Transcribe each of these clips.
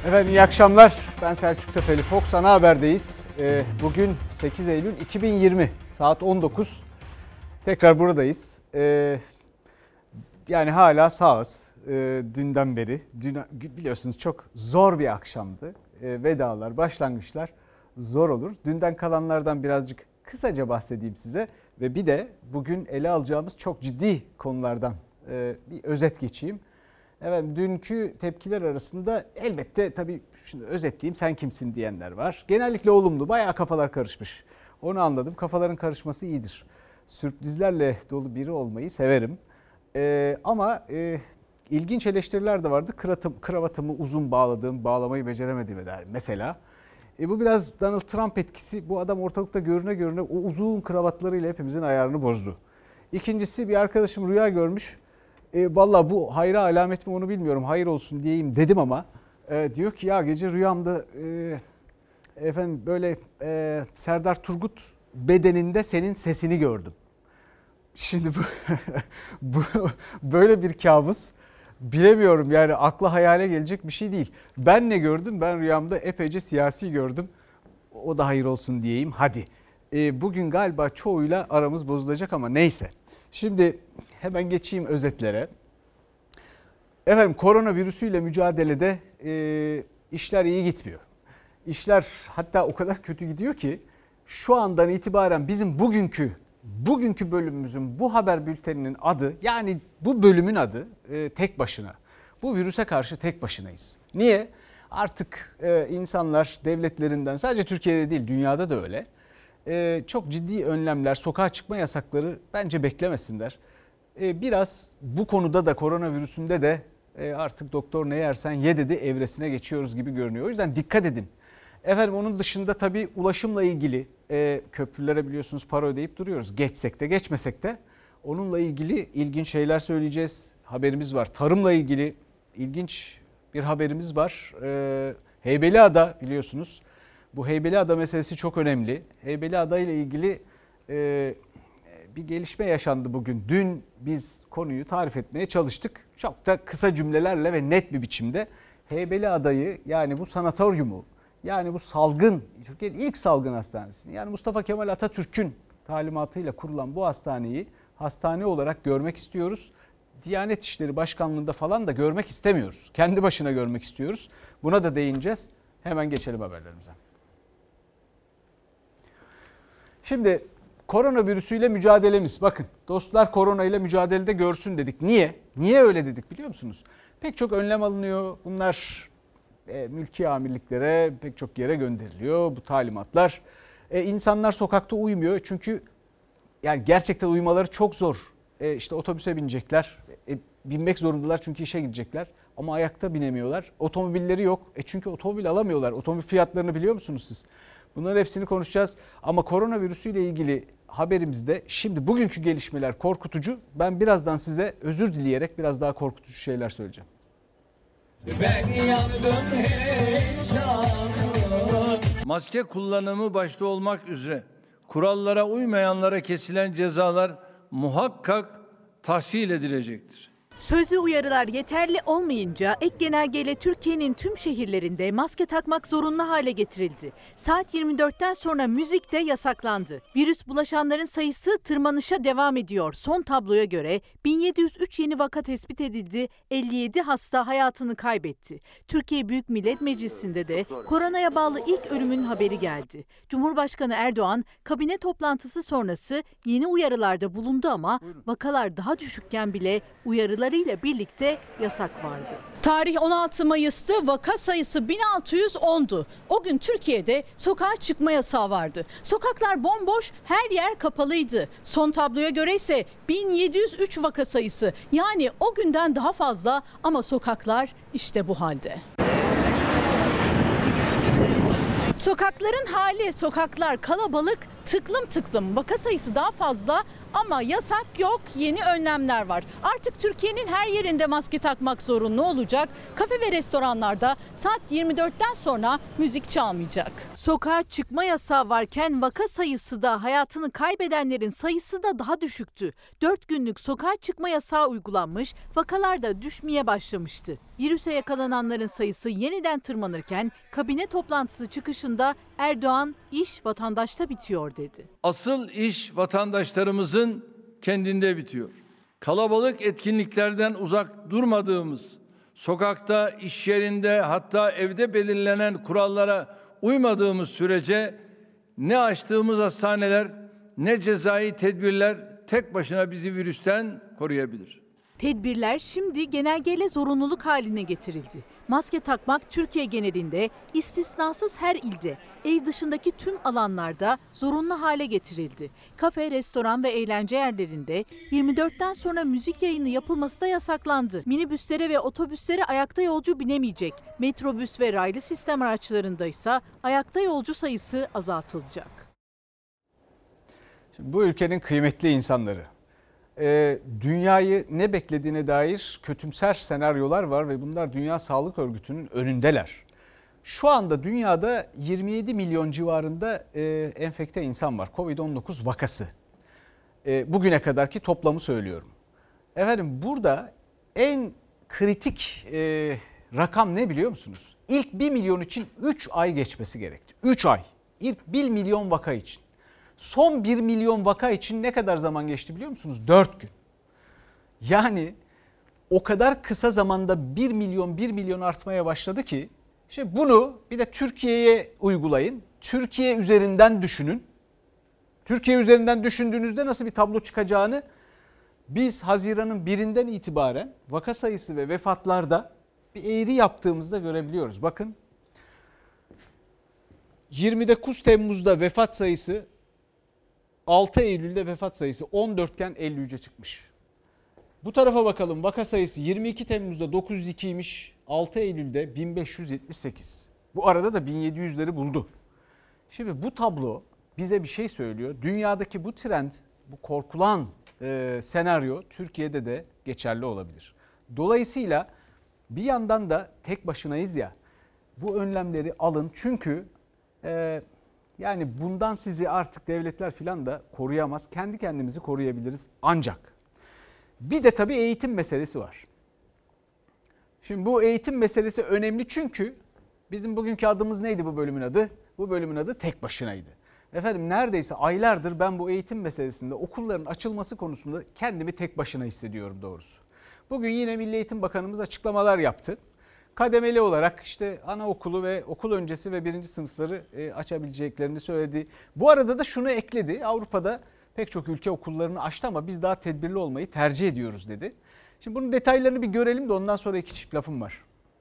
Efendim iyi akşamlar. Ben Selçuk Tepeli. Fox Ana Haber'deyiz. Bugün 8 Eylül 2020 saat 19. Tekrar buradayız. Yani hala sağız. Dünden beri. Dün biliyorsunuz çok zor bir akşamdı. Vedalar, başlangıçlar zor olur. Dünden kalanlardan birazcık kısaca bahsedeyim size. Ve bir de bugün ele alacağımız çok ciddi konulardan bir özet geçeyim. Evet, dünkü tepkiler arasında elbette tabii şimdi özetleyeyim, sen kimsin diyenler var. Genellikle olumlu, bayağı kafalar karışmış. Onu anladım. Kafaların karışması iyidir. Sürprizlerle dolu biri olmayı severim. Ama ilginç eleştiriler de vardı. Kravatımı uzun bağlamayı beceremediğime dair mesela. Bu biraz Donald Trump etkisi. Bu adam ortalıkta görüne o uzun kravatlarıyla hepimizin ayarını bozdu. İkincisi, bir arkadaşım rüya görmüş. Valla bu hayra alamet mi onu bilmiyorum, hayır olsun diyeyim dedim ama diyor ki ya gece rüyamda efendim böyle Serdar Turgut bedeninde senin sesini gördüm. Şimdi bu böyle bir kabus, bilemiyorum yani, akla hayale gelecek bir şey değil. Ben ne gördüm? Ben rüyamda epeyce siyasi gördüm. O da hayır olsun diyeyim hadi. Bugün galiba çoğuyla aramız bozulacak ama neyse. Şimdi hemen geçeyim özetlere. Efendim, koronavirüsüyle mücadelede işler iyi gitmiyor. İşler hatta o kadar kötü gidiyor ki şu andan itibaren bizim bugünkü bölümümüzün, bu haber bülteninin adı, yani bu bölümün adı tek başına. Bu virüse karşı tek başınayız. Niye? Artık insanlar devletlerinden, sadece Türkiye'de değil dünyada da öyle, çok ciddi önlemler, sokağa çıkma yasakları bence beklemesinler. Biraz bu konuda da, koronavirüsünde de artık doktor ne yersen ye dedi evresine geçiyoruz gibi görünüyor. O yüzden dikkat edin. Efendim, onun dışında tabii ulaşımla ilgili köprülere biliyorsunuz para ödeyip duruyoruz. Geçsek de geçmesek de onunla ilgili ilginç şeyler söyleyeceğiz. Haberimiz var. Tarımla ilgili ilginç bir haberimiz var. Heybeliada biliyorsunuz. Bu Heybeliada meselesi çok önemli. Heybeliada ile ilgili bir gelişme yaşandı bugün. Dün biz konuyu tarif etmeye çalıştık. Çok da kısa cümlelerle ve net bir biçimde Heybeliada'yı, yani bu sanatoryumu, yani bu salgın, Türkiye'nin ilk salgın hastanesini, yani Mustafa Kemal Atatürk'ün talimatıyla kurulan bu hastaneyi hastane olarak görmek istiyoruz. Diyanet İşleri Başkanlığı'nda falan da görmek istemiyoruz. Kendi başına görmek istiyoruz. Buna da değineceğiz. Hemen geçelim haberlerimize. Şimdi koronavirüsüyle mücadelemiz. Bakın, dostlar korona ile mücadelede görsün dedik. Niye? Niye öyle dedik biliyor musunuz? Pek çok önlem alınıyor. Bunlar mülki amirliklere, pek çok yere gönderiliyor bu talimatlar. İnsanlar sokakta uyumuyor çünkü yani gerçekten uyumaları çok zor. İşte otobüse binecekler. Binmek zorundalar çünkü işe gidecekler. Ama ayakta binemiyorlar. Otomobilleri yok. Çünkü otomobil alamıyorlar. Otomobil fiyatlarını biliyor musunuz siz? Bunların hepsini konuşacağız. Ama koronavirüsüyle ilgili haberimizde şimdi bugünkü gelişmeler korkutucu. Ben birazdan size özür dileyerek biraz daha korkutucu şeyler söyleyeceğim. Ben yandım Maske kullanımı başta olmak üzere kurallara uymayanlara kesilen cezalar muhakkak tahsil edilecektir. Sözlü uyarılar yeterli olmayınca ek genelgeyle Türkiye'nin tüm şehirlerinde maske takmak zorunlu hale getirildi. Saat 24'ten sonra müzik de yasaklandı. Virüs bulaşanların sayısı tırmanışa devam ediyor. Son tabloya göre 1703 yeni vaka tespit edildi, 57 hasta hayatını kaybetti. Türkiye Büyük Millet Meclisi'nde de koronaya bağlı ilk ölümün haberi geldi. Cumhurbaşkanı Erdoğan kabine toplantısı sonrası yeni uyarılarda bulundu ama vakalar daha düşükken bile uyarılarıyla birlikte yasak vardı. Tarih 16 Mayıs'tı, vaka sayısı 1610'du. O gün Türkiye'de sokağa çıkma yasağı vardı. Sokaklar bomboş, her yer kapalıydı. Son tabloya göre ise 1703 vaka sayısı, yani o günden daha fazla ama sokaklar işte bu halde. Sokakların hali, sokaklar kalabalık, tıklım tıklım, vaka sayısı daha fazla ama yasak yok, yeni önlemler var. Artık Türkiye'nin her yerinde maske takmak zorunlu olacak. Kafe ve restoranlarda saat 24'ten sonra müzik çalmayacak. Sokağa çıkma yasağı varken vaka sayısı da hayatını kaybedenlerin sayısı da daha düşüktü. 4 günlük sokağa çıkma yasağı uygulanmış, vakalar da düşmeye başlamıştı. Virüse yakalananların sayısı yeniden tırmanırken kabine toplantısı çıkışında Erdoğan iş vatandaşta bitiyor dedi. Asıl iş vatandaşlarımızın kendinde bitiyor. Kalabalık etkinliklerden uzak durmadığımız, sokakta, iş yerinde, hatta evde belirlenen kurallara uymadığımız sürece ne açtığımız hastaneler ne cezai tedbirler tek başına bizi virüsten koruyabilir. Tedbirler şimdi genelgeyle zorunluluk haline getirildi. Maske takmak Türkiye genelinde, istisnasız her ilde, ev dışındaki tüm alanlarda zorunlu hale getirildi. Kafe, restoran ve eğlence yerlerinde 24'ten sonra müzik yayını yapılması da yasaklandı. Minibüslere ve otobüslere ayakta yolcu binemeyecek. Metrobüs ve raylı sistem araçlarında ise ayakta yolcu sayısı azaltılacak. Şimdi bu ülkenin kıymetli insanları. Dünyayı ne beklediğine dair kötümser senaryolar var ve bunlar Dünya Sağlık Örgütü'nün önündeler. Şu anda dünyada 27 milyon civarında enfekte insan var. Covid-19 vakası. Bugüne kadarki toplamı söylüyorum. Efendim burada en kritik rakam ne biliyor musunuz? İlk 1 milyon için 3 ay geçmesi gerekti. 3 ay. İlk 1 milyon vaka için. Son 1 milyon vaka için ne kadar zaman geçti biliyor musunuz? 4 gün. Yani o kadar kısa zamanda 1 milyon artmaya başladı ki işte bunu bir de Türkiye'ye uygulayın. Türkiye üzerinden düşünün. Türkiye üzerinden düşündüğünüzde nasıl bir tablo çıkacağını biz Haziran'ın 1'inden itibaren vaka sayısı ve vefatlarda bir eğri yaptığımızda görebiliyoruz. Bakın 29 Temmuz'da vefat sayısı 6 Eylül'de vefat sayısı 14 iken 53'e çıkmış. Bu tarafa bakalım, vaka sayısı 22 Temmuz'da 902'ymiş, 6 Eylül'de 1578. Bu arada da 1700'leri buldu. Şimdi bu tablo bize bir şey söylüyor. Dünyadaki bu trend, bu korkulan senaryo Türkiye'de de geçerli olabilir. Dolayısıyla bir yandan da tek başınayız ya, bu önlemleri alın çünkü yani bundan sizi artık devletler filan da koruyamaz. Kendi kendimizi koruyabiliriz ancak. Bir de tabii eğitim meselesi var. Şimdi bu eğitim meselesi önemli çünkü bizim bugünkü adımız neydi bu bölümün adı? Bu bölümün adı tek başınaydı. Efendim neredeyse aylardır ben bu eğitim meselesinde, okulların açılması konusunda kendimi tek başına hissediyorum doğrusu. Bugün yine Milli Eğitim Bakanımız açıklamalar yaptı. Kademeli olarak işte anaokulu ve okul öncesi ve 1. sınıfları açabileceklerini söyledi. Bu arada da şunu ekledi. Avrupa'da pek çok ülke okullarını açtı ama biz daha tedbirli olmayı tercih ediyoruz dedi. Şimdi bunun detaylarını bir görelim de ondan sonra iki çift lafım var.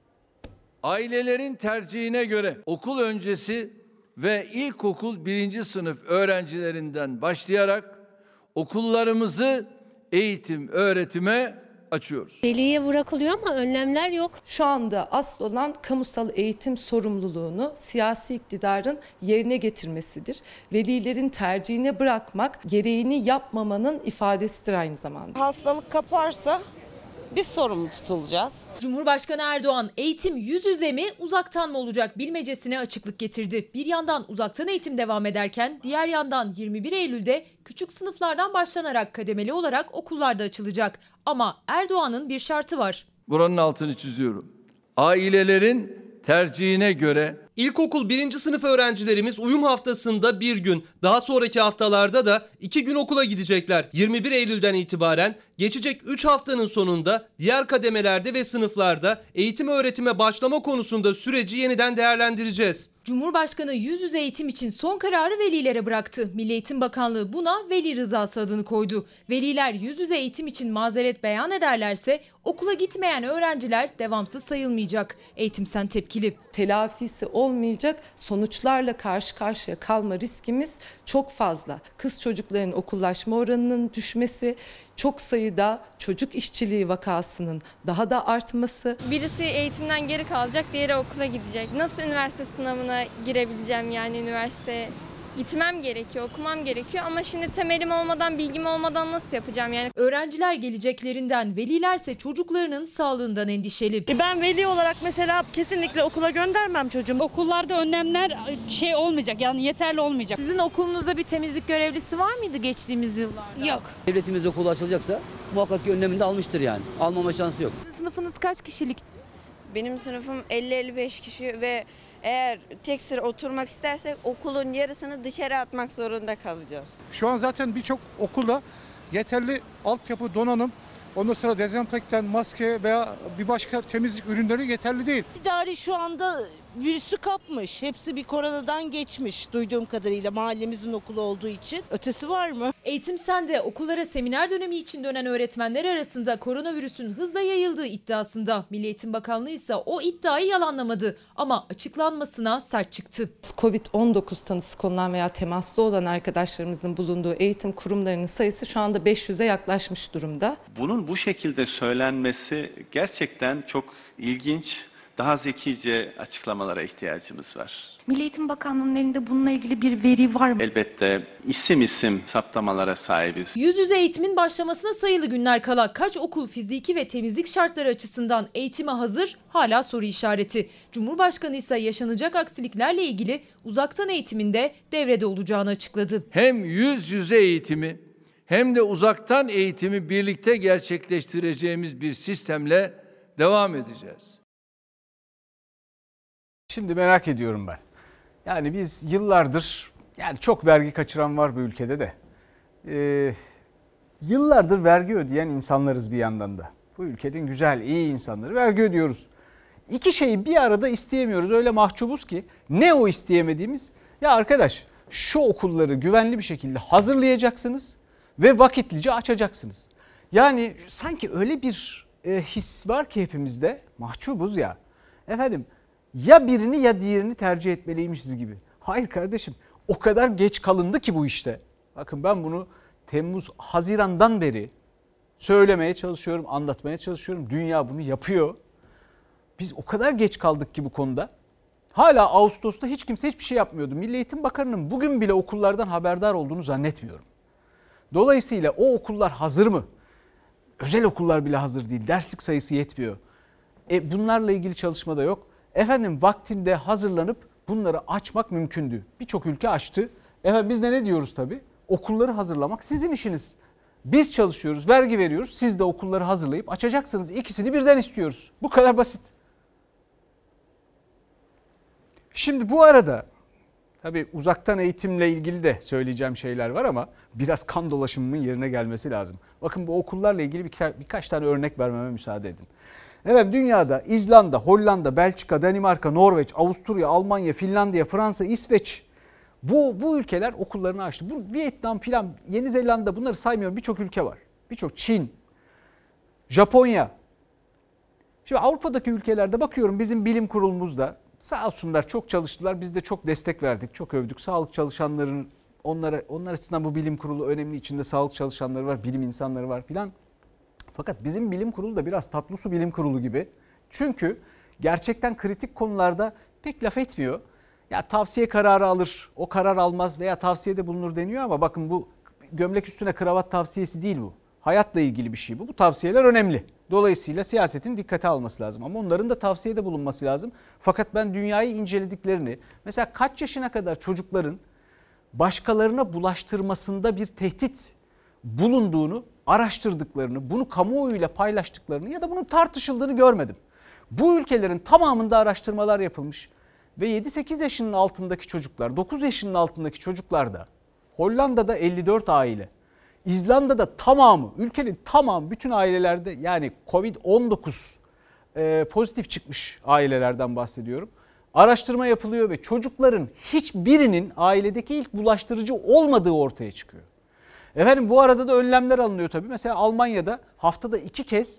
Ailelerin tercihine göre okul öncesi ve ilkokul 1. sınıf öğrencilerinden başlayarak okullarımızı eğitim, öğretime açıyoruz. Veliye bırakılıyor ama önlemler yok. Şu anda asıl olan kamusal eğitim sorumluluğunu siyasi iktidarın yerine getirmesidir. Velilerin tercihine bırakmak gereğini yapmamanın ifadesidir aynı zamanda. Hastalık kaparsa biz sorumlu tutulacağız. Cumhurbaşkanı Erdoğan eğitim yüz yüze mi uzaktan mı olacak bilmecesine açıklık getirdi. Bir yandan uzaktan eğitim devam ederken diğer yandan 21 Eylül'de küçük sınıflardan başlanarak kademeli olarak okullarda açılacak. Ama Erdoğan'ın bir şartı var. Buranın altını çiziyorum. Ailelerin tercihine göre İlkokul 1. sınıf öğrencilerimiz uyum haftasında bir gün, daha sonraki haftalarda da 2 gün okula gidecekler. 21 Eylül'den itibaren geçecek 3 haftanın sonunda diğer kademelerde ve sınıflarda eğitim öğretime başlama konusunda süreci yeniden değerlendireceğiz. Cumhurbaşkanı yüz yüze eğitim için son kararı velilere bıraktı. Milli Eğitim Bakanlığı buna veli rızası adını koydu. Veliler yüz yüze eğitim için mazeret beyan ederlerse okula gitmeyen öğrenciler devamsız sayılmayacak. Eğitim Sen tepkili. Telafisi olmayacak sonuçlarla karşı karşıya kalma riskimiz çok fazla. Kız çocukların okullaşma oranının düşmesi, çok sayıda çocuk işçiliği vakasının daha da artması. Birisi eğitimden geri kalacak, diğeri okula gidecek. Nasıl üniversite sınavına girebileceğim yani üniversiteye? Gitmem gerekiyor, okumam gerekiyor ama şimdi temelim olmadan, bilgim olmadan nasıl yapacağım yani? Öğrenciler geleceklerinden, velilerse çocuklarının sağlığından endişeli. Ben veli olarak mesela kesinlikle okula göndermem çocuğumu. Okullarda önlemler olmayacak, yani yeterli olmayacak. Sizin okulunuzda bir temizlik görevlisi var mıydı geçtiğimiz yıllarda? Yok. Devletimiz okulu açılacaksa muhakkak ki önlemini de almıştır yani. Almama şansı yok. Sınıfınız kaç kişilik? Benim sınıfım 50-55 kişi ve eğer tek sıra oturmak istersek okulun yarısını dışarı atmak zorunda kalacağız. Şu an zaten birçok okulda yeterli altyapı, donanım, ondan sonra dezenfektan, maske veya bir başka temizlik ürünleri yeterli değil. İdari şu anda virüsü kapmış. Hepsi bir koronadan geçmiş duyduğum kadarıyla mahallemizin okulu olduğu için. Ötesi var mı? Eğitim Sen'de okullara seminer dönemi için dönen öğretmenler arasında koronavirüsün hızla yayıldığı iddiasında. Milli Eğitim Bakanlığı ise o iddiayı yalanlamadı ama açıklanmasına sert çıktı. Covid-19 tanısı konulan veya temaslı olan arkadaşlarımızın bulunduğu eğitim kurumlarının sayısı şu anda 500'e yaklaşmış durumda. Bunun bu şekilde söylenmesi gerçekten çok ilginç. Daha zekice açıklamalara ihtiyacımız var. Milli Eğitim Bakanlığı'nın elinde bununla ilgili bir veri var mı? Elbette isim saptamalara sahibiz. Yüz yüze eğitimin başlamasına sayılı günler kala kaç okul fiziki ve temizlik şartları açısından eğitime hazır hala soru işareti. Cumhurbaşkanı ise yaşanacak aksiliklerle ilgili uzaktan eğitiminde devrede olacağını açıkladı. Hem yüz yüze eğitimi hem de uzaktan eğitimi birlikte gerçekleştireceğimiz bir sistemle devam edeceğiz. Şimdi merak ediyorum ben. Yani biz yıllardır, yani çok vergi kaçıran var bu ülkede de. Yıllardır vergi ödeyen insanlarız bir yandan da. Bu ülkenin güzel, iyi insanları, vergi ödüyoruz. İki şeyi bir arada isteyemiyoruz. Öyle mahcubuz ki. Ne o isteyemediğimiz? Ya arkadaş, şu okulları güvenli bir şekilde hazırlayacaksınız ve vakitlice açacaksınız. Yani sanki öyle bir his var ki hepimizde, mahcubuz ya. Efendim, ya birini ya diğerini tercih etmeliymişiz gibi. Hayır kardeşim, o kadar geç kalındı ki bu işte. Bakın ben bunu Temmuz, Haziran'dan beri söylemeye çalışıyorum, anlatmaya çalışıyorum. Dünya bunu yapıyor. Biz o kadar geç kaldık ki bu konuda. Hala Ağustos'ta hiç kimse hiçbir şey yapmıyordu. Milli Eğitim Bakanı'nın bugün bile okullardan haberdar olduğunu zannetmiyorum. Dolayısıyla o okullar hazır mı? Özel okullar bile hazır değil. Derslik sayısı yetmiyor. Bunlarla ilgili çalışma da yok. Efendim vaktinde hazırlanıp bunları açmak mümkündü. Birçok ülke açtı. Efendim biz de ne diyoruz tabii? Okulları hazırlamak sizin işiniz. Biz çalışıyoruz, vergi veriyoruz. Siz de okulları hazırlayıp açacaksınız. İkisini birden istiyoruz. Bu kadar basit. Şimdi bu arada tabii uzaktan eğitimle ilgili de söyleyeceğim şeyler var ama biraz kan dolaşımının yerine gelmesi lazım. Bakın bu okullarla ilgili birkaç tane örnek vermeme müsaade edin. Evet, dünyada İzlanda, Hollanda, Belçika, Danimarka, Norveç, Avusturya, Almanya, Finlandiya, Fransa, İsveç bu ülkeler okullarını açtı. Bu Vietnam filan, Yeni Zelanda, bunları saymıyorum, birçok ülke var. Birçok, Çin, Japonya. Şimdi Avrupa'daki ülkelerde bakıyorum bizim bilim kurulumuzda sağ olsunlar çok çalıştılar. Biz de çok destek verdik, çok övdük. Sağlık çalışanların onlar açısından bu bilim kurulu önemli, içinde sağlık çalışanları var, bilim insanları var filan. Fakat bizim bilim kurulu da biraz tatlı su bilim kurulu gibi. Çünkü gerçekten kritik konularda pek laf etmiyor. Ya tavsiye kararı alır, o karar almaz veya tavsiyede bulunur deniyor ama bakın bu gömlek üstüne kravat tavsiyesi değil bu. Hayatla ilgili bir şey bu. Bu tavsiyeler önemli. Dolayısıyla siyasetin dikkate alması lazım ama onların da tavsiyede bulunması lazım. Fakat ben dünyayı incelediklerini, mesela kaç yaşına kadar çocukların başkalarına bulaştırmasında bir tehdit bulunduğunu araştırdıklarını, bunu kamuoyuyla paylaştıklarını ya da bunun tartışıldığını görmedim. Bu ülkelerin tamamında araştırmalar yapılmış ve 7-8 yaşının altındaki çocuklar, 9 yaşının altındaki çocuklarda, Hollanda'da 54 aile, İzlanda'da tamamı, ülkenin tamamı, bütün ailelerde, yani Covid-19 pozitif çıkmış ailelerden bahsediyorum. Araştırma yapılıyor ve çocukların hiçbirinin ailedeki ilk bulaştırıcı olmadığı ortaya çıkıyor. Efendim bu arada da önlemler alınıyor tabii. Mesela Almanya'da haftada 2 kez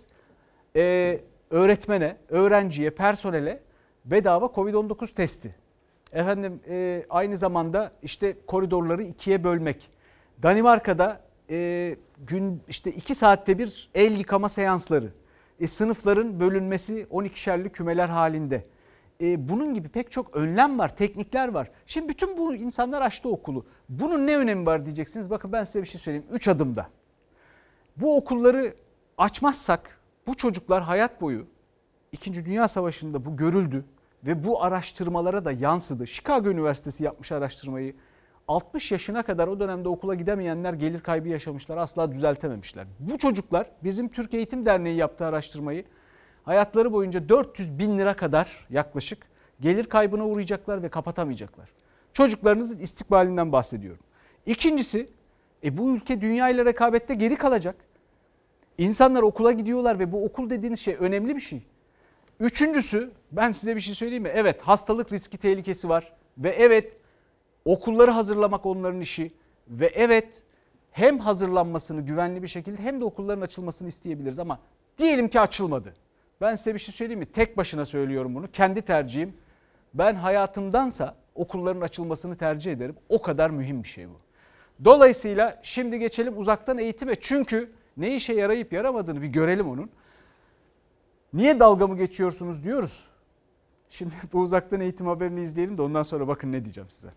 öğretmene, öğrenciye, personele bedava Covid-19 testi. Efendim aynı zamanda işte koridorları 2'ye bölmek. Danimarka'da gün işte 2 saatte bir el yıkama seansları. Sınıfların bölünmesi 12'şerli kümeler halinde. bunun gibi pek çok önlem var, teknikler var. Şimdi bütün bu insanlar açtı okulu. Bunun ne önemi var diyeceksiniz. Bakın ben size bir şey söyleyeyim. 3 adımda. Bu okulları açmazsak bu çocuklar hayat boyu 2. Dünya Savaşı'nda bu görüldü ve bu araştırmalara da yansıdı. Chicago Üniversitesi yapmış araştırmayı. 60 yaşına kadar o dönemde okula gidemeyenler gelir kaybı yaşamışlar, asla düzeltememişler. Bu çocuklar bizim Türk Eğitim Derneği yaptığı araştırmayı hayatları boyunca 400 bin lira kadar yaklaşık gelir kaybına uğrayacaklar ve kapatamayacaklar. Çocuklarınızın istikbalinden bahsediyorum. İkincisi, bu ülke dünya ile rekabette geri kalacak. İnsanlar okula gidiyorlar ve bu okul dediğiniz şey önemli bir şey. Üçüncüsü, ben size bir şey söyleyeyim mi? Evet, hastalık riski tehlikesi var ve evet, okulları hazırlamak onların işi ve evet, hem hazırlanmasını güvenli bir şekilde hem de okulların açılmasını isteyebiliriz ama diyelim ki açılmadı. Ben size bir şey söyleyeyim mi? Tek başına söylüyorum bunu. Kendi tercihim. Ben hayatımdansa okulların açılmasını tercih ederim. O kadar mühim bir şey bu. Dolayısıyla şimdi geçelim uzaktan eğitime. Çünkü ne işe yarayıp yaramadığını bir görelim onun. Niye dalga mı geçiyorsunuz diyoruz. Şimdi bu uzaktan eğitim haberini izleyelim de ondan sonra bakın ne diyeceğim size.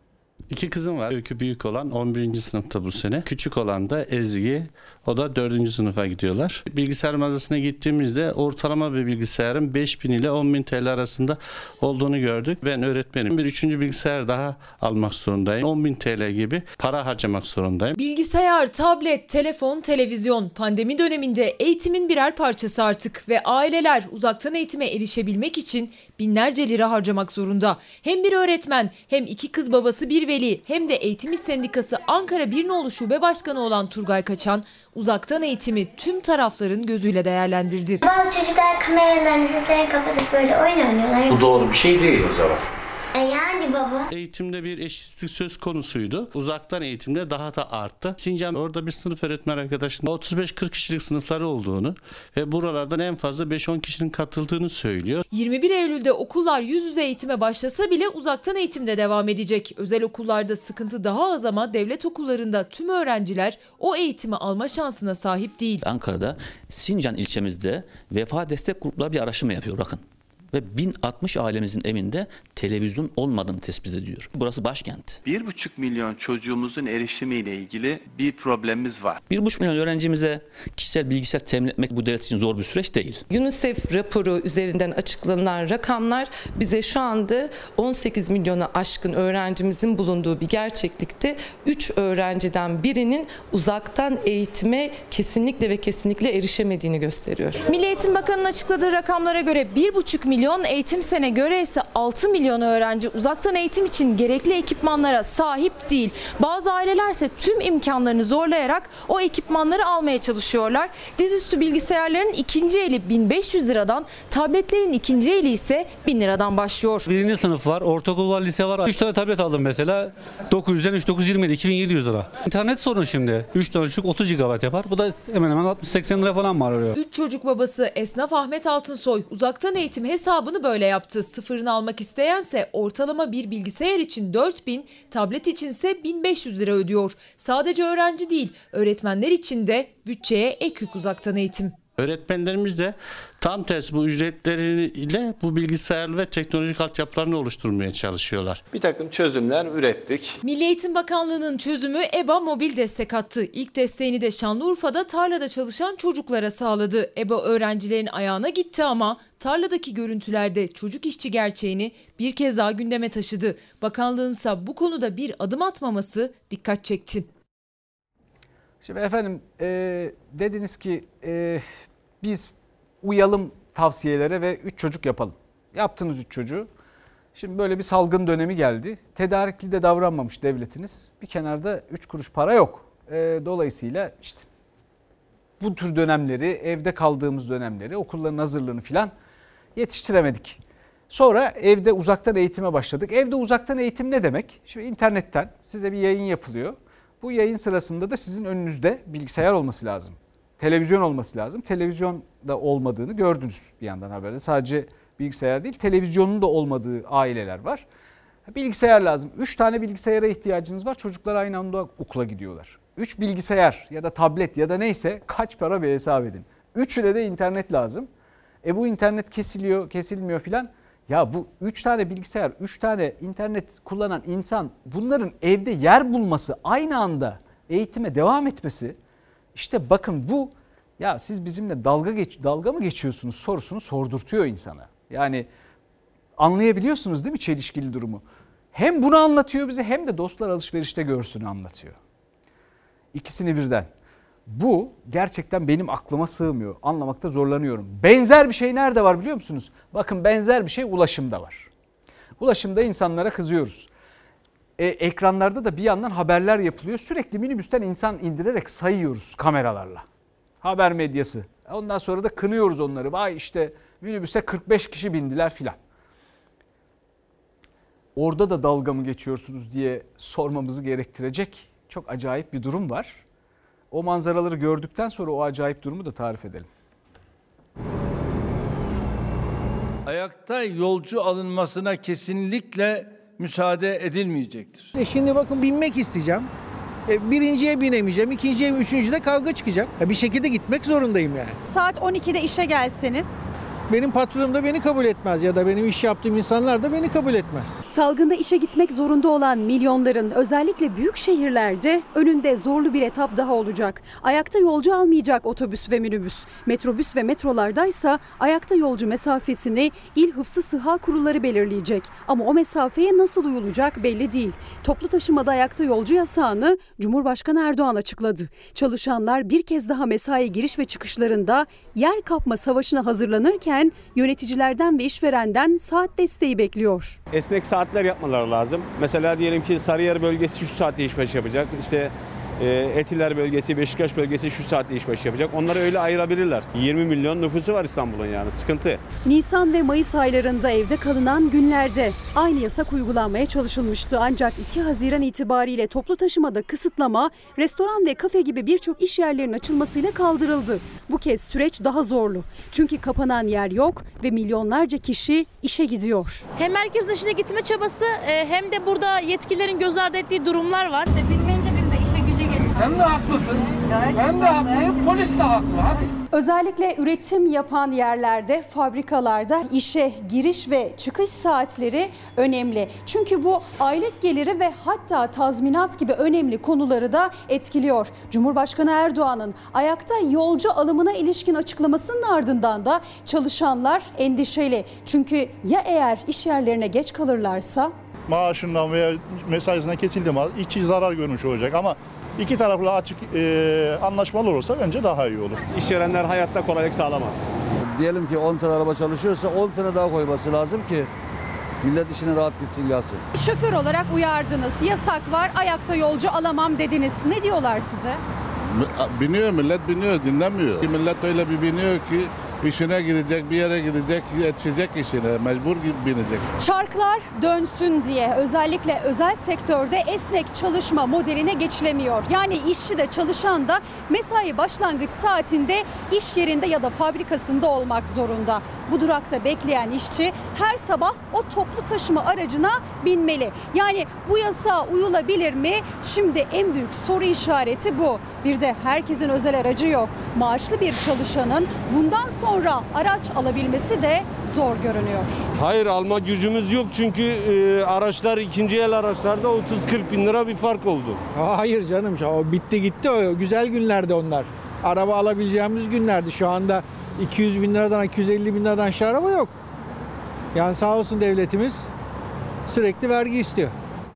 2 kızım var. Öykü büyük olan 11. sınıfta bu sene. Küçük olan da Ezgi. O da 4. sınıfa gidiyorlar. Bilgisayar mağazasına gittiğimizde ortalama bir bilgisayarın 5.000 ile 10.000 TL arasında olduğunu gördük. Ben öğretmenim. Bir 3. bilgisayar daha almak zorundayım. 10.000 TL gibi para harcamak zorundayım. Bilgisayar, tablet, telefon, televizyon pandemi döneminde eğitimin birer parçası artık ve aileler uzaktan eğitime erişebilmek için binlerce lira harcamak zorunda. Hem bir öğretmen hem 2 kız babası bir veli hem de Eğitim İş Sendikası Ankara 1 Nolu Şube Başkanı olan Turgay Kaçan uzaktan eğitimi tüm tarafların gözüyle değerlendirdi. Bazı çocuklar kameralarını, seslerini kapatıp böyle oyun oynuyorlar. Bu doğru bir şey değil o zaman. Yani baba. Eğitimde bir eşitsizlik söz konusuydu. Uzaktan eğitimde daha da arttı. Sincan orada bir sınıf öğretmen arkadaşının 35-40 kişilik sınıfları olduğunu ve buralardan en fazla 5-10 kişinin katıldığını söylüyor. 21 Eylül'de okullar yüz yüze eğitime başlasa bile uzaktan eğitimde devam edecek. Özel okullarda sıkıntı daha az ama devlet okullarında tüm öğrenciler o eğitimi alma şansına sahip değil. Ankara'da Sincan ilçemizde Vefa Destek Grupları bir araştırma yapıyor bakın. Ve 1060 ailemizin evinde televizyon olmadığını tespit ediyor. Burası başkent. 1,5 milyon çocuğumuzun erişimiyle ilgili bir problemimiz var. 1,5 milyon öğrencimize kişisel bilgisayar temin etmek bu devlet için zor bir süreç değil. UNICEF raporu üzerinden açıklanan rakamlar bize şu anda 18 milyona aşkın öğrencimizin bulunduğu bir gerçeklikte 3 öğrenciden birinin uzaktan eğitime kesinlikle ve kesinlikle erişemediğini gösteriyor. Milli Eğitim Bakanı'nın açıkladığı rakamlara göre 1,5 milyon, eğitim sene göre ise 6 milyon öğrenci uzaktan eğitim için gerekli ekipmanlara sahip değil. Bazı aileler ise tüm imkanlarını zorlayarak o ekipmanları almaya çalışıyorlar. Dizüstü bilgisayarların ikinci eli 1500 liradan, tabletlerin ikinci eli ise 1000 liradan başlıyor. 1. sınıf var, ortaokul var, lise var. 3 tane tablet aldım mesela. 900'den 3927, 2700 lira. İnternet sorunu şimdi. 3 tane çocuk 30 GB yapar. Bu da hemen hemen 60-80 lira falan var oraya. 3 çocuk babası esnaf Ahmet Altınsoy uzaktan eğitim hesabını böyle yaptı. Sıfırını almak isteyense ortalama bir bilgisayar için 4000, tablet içinse 1500 lira ödüyor. Sadece öğrenci değil, öğretmenler için de bütçeye ek yük uzaktan eğitim. Öğretmenlerimiz de tam tersi bu ücretleriyle bu bilgisayar ve teknolojik altyapılarını oluşturmaya çalışıyorlar. Bir takım çözümler ürettik. Milli Eğitim Bakanlığı'nın çözümü EBA mobil destek attı. İlk desteğini de Şanlıurfa'da tarlada çalışan çocuklara sağladı. EBA öğrencilerin ayağına gitti ama tarladaki görüntülerde çocuk işçi gerçeğini bir kez daha gündeme taşıdı. Bakanlığınsa bu konuda bir adım atmaması dikkat çekti. Şimdi efendim dediniz ki biz uyalım tavsiyelere ve 3 çocuk yapalım. Yaptınız 3 çocuğu. Şimdi böyle bir salgın dönemi geldi. Tedarikli de davranmamış devletiniz. Bir kenarda 3 kuruş para yok. Dolayısıyla işte bu tür dönemleri, evde kaldığımız dönemleri, okulların hazırlığını filan yetiştiremedik. Sonra evde uzaktan eğitime başladık. Evde uzaktan eğitim ne demek? Şimdi internetten size bir yayın yapılıyor. Bu yayın sırasında da sizin önünüzde bilgisayar olması lazım. Televizyon olması lazım. Televizyon da olmadığını gördünüz bir yandan haberde. Sadece bilgisayar değil, televizyonun da olmadığı aileler var. Bilgisayar lazım. 3 tane bilgisayara ihtiyacınız var. Çocuklar aynı anda okula gidiyorlar. 3 bilgisayar ya da tablet ya da neyse kaç para bir hesap edin. 3'üne de internet lazım. Bu internet kesiliyor, kesilmiyor filan. Ya bu 3 tane bilgisayar, 3 tane internet kullanan insan, bunların evde yer bulması, aynı anda eğitime devam etmesi, işte bakın bu, ya siz bizimle dalga mı geçiyorsunuz sorusunu sordurtuyor insana. Yani anlayabiliyorsunuz değil mi çelişkili durumu? Hem bunu anlatıyor bize, hem de dostlar alışverişte görsün anlatıyor. İkisini birden. Bu gerçekten benim aklıma sığmıyor. Anlamakta zorlanıyorum. Benzer bir şey nerede var biliyor musunuz? Bakın benzer bir şey ulaşımda var. Ulaşımda insanlara kızıyoruz. Ekranlarda da bir yandan haberler yapılıyor. Sürekli minibüsten insan indirerek sayıyoruz kameralarla. Haber medyası. Ondan sonra da kınıyoruz onları. Vay işte minibüse 45 kişi bindiler filan. Orada da dalga mı geçiyorsunuz diye sormamızı gerektirecek çok acayip bir durum var. O manzaraları gördükten sonra o acayip durumu da tarif edelim. Ayakta yolcu alınmasına kesinlikle müsaade edilmeyecektir. Şimdi bakın binmek isteyeceğim. Birinciye binemeyeceğim, ikinciye, üçüncüde kavga çıkacak. Bir şekilde gitmek zorundayım yani. Saat 12'de işe gelseniz. Benim patronum da beni kabul etmez ya da benim iş yaptığım insanlar da beni kabul etmez. Salgında işe gitmek zorunda olan milyonların özellikle büyük şehirlerde önünde zorlu bir etap daha olacak. Ayakta yolcu almayacak otobüs ve minibüs. Metrobüs ve metrolardaysa ayakta yolcu mesafesini İl Hıfzı Sıha Kurulları belirleyecek. Ama o mesafeye nasıl uyulacak belli değil. Toplu taşımada ayakta yolcu yasağını Cumhurbaşkanı Erdoğan açıkladı. Çalışanlar bir kez daha mesai giriş ve çıkışlarında yer kapma savaşına hazırlanırken yöneticilerden ve işverenden saat desteği bekliyor. Esnek saatler yapmaları lazım. Mesela diyelim ki Sarıyer bölgesi şu saatte iş başı yapacak. İşte Etiler bölgesi, Beşiktaş bölgesi şu saatte iş başı yapacak. Onları öyle ayırabilirler. 20 milyon nüfusu var İstanbul'un, yani sıkıntı. Nisan ve Mayıs aylarında evde kalınan günlerde aynı yasak uygulanmaya çalışılmıştı. Ancak 2 Haziran itibariyle toplu taşımada kısıtlama, restoran ve kafe gibi birçok iş yerlerinin açılmasıyla kaldırıldı. Bu kez süreç daha zorlu. Çünkü kapanan yer yok ve milyonlarca kişi işe gidiyor. Hem herkesin işine gitme çabası hem de burada yetkililerin göz ardı ettiği durumlar var. Bilmeyince biz de işe güce geçiyoruz. Sen de haklısın. Ben de haklıyım. Polis de haklı. Hadi. Özellikle üretim yapan yerlerde, fabrikalarda işe giriş ve çıkış saatleri önemli. Çünkü bu aylık geliri ve hatta tazminat gibi önemli konuları da etkiliyor. Cumhurbaşkanı Erdoğan'ın ayakta yolcu alımına ilişkin açıklamasının ardından da çalışanlar endişeli. Çünkü ya eğer iş yerlerine geç kalırlarsa? Maaşından veya mesaisinden kesildi mi işçi zarar görmüş olacak ama İki taraflı açık anlaşmalı olursa bence daha iyi olur. İşverenler hayatta kolaylık sağlamaz. Diyelim ki 10 tane araba çalışıyorsa 10 tane daha koyması lazım ki millet işine rahat gitsin gelsin. Şoför olarak uyardınız. Yasak var, ayakta yolcu alamam dediniz. Ne diyorlar size? Biniyor, millet biniyor, dinlemiyor. Millet öyle bir biniyor ki işine gidecek, bir yere gidecek, yetişecek işine, mecbur binecek. Çarklar dönsün diye özellikle özel sektörde esnek çalışma modeline geçilemiyor. Yani işçi de çalışan da mesai başlangıç saatinde iş yerinde ya da fabrikasında olmak zorunda. Bu durakta bekleyen işçi her sabah o toplu taşıma aracına binmeli. Yani bu yasağa uyulabilir mi? Şimdi en büyük soru işareti bu. Bir de herkesin özel aracı yok. Maaşlı bir çalışanın bundan sonra araç alabilmesi de zor görünüyor. Hayır, alma gücümüz yok çünkü araçlar, ikinci el araçlarda 30-40 bin lira bir fark oldu. Hayır canım, o bitti gitti, o güzel günlerde onlar. Araba alabileceğimiz günlerdi. Şu anda 200 bin liradan 250 bin liradan aşağı araba yok. Yani sağ olsun devletimiz sürekli vergi istiyor.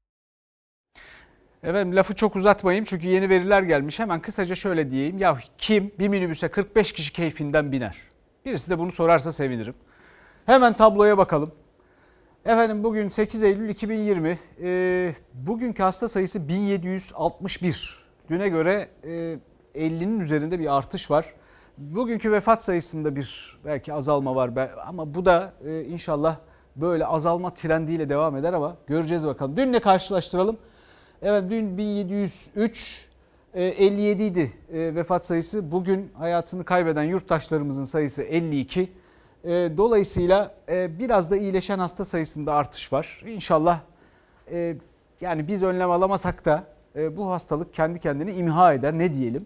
Efendim lafı çok uzatmayayım çünkü yeni veriler gelmiş. Hemen kısaca şöyle diyeyim. Ya kim bir minibüse 45 kişi keyfinden biner? Birisi de bunu sorarsa sevinirim. Hemen tabloya bakalım. Efendim bugün 8 Eylül 2020. Bugünkü hasta sayısı 1761. Düne göre 50'nin üzerinde bir artış var. Bugünkü vefat sayısında bir belki azalma var ama bu da inşallah böyle azalma trendiyle devam eder ama göreceğiz bakalım. Dünle karşılaştıralım. Evet, dün 1703, 57 idi vefat sayısı. Bugün hayatını kaybeden yurttaşlarımızın sayısı 52. Dolayısıyla biraz da iyileşen hasta sayısında artış var. İnşallah yani biz önlem alamasak da bu hastalık kendi kendini imha eder, ne diyelim.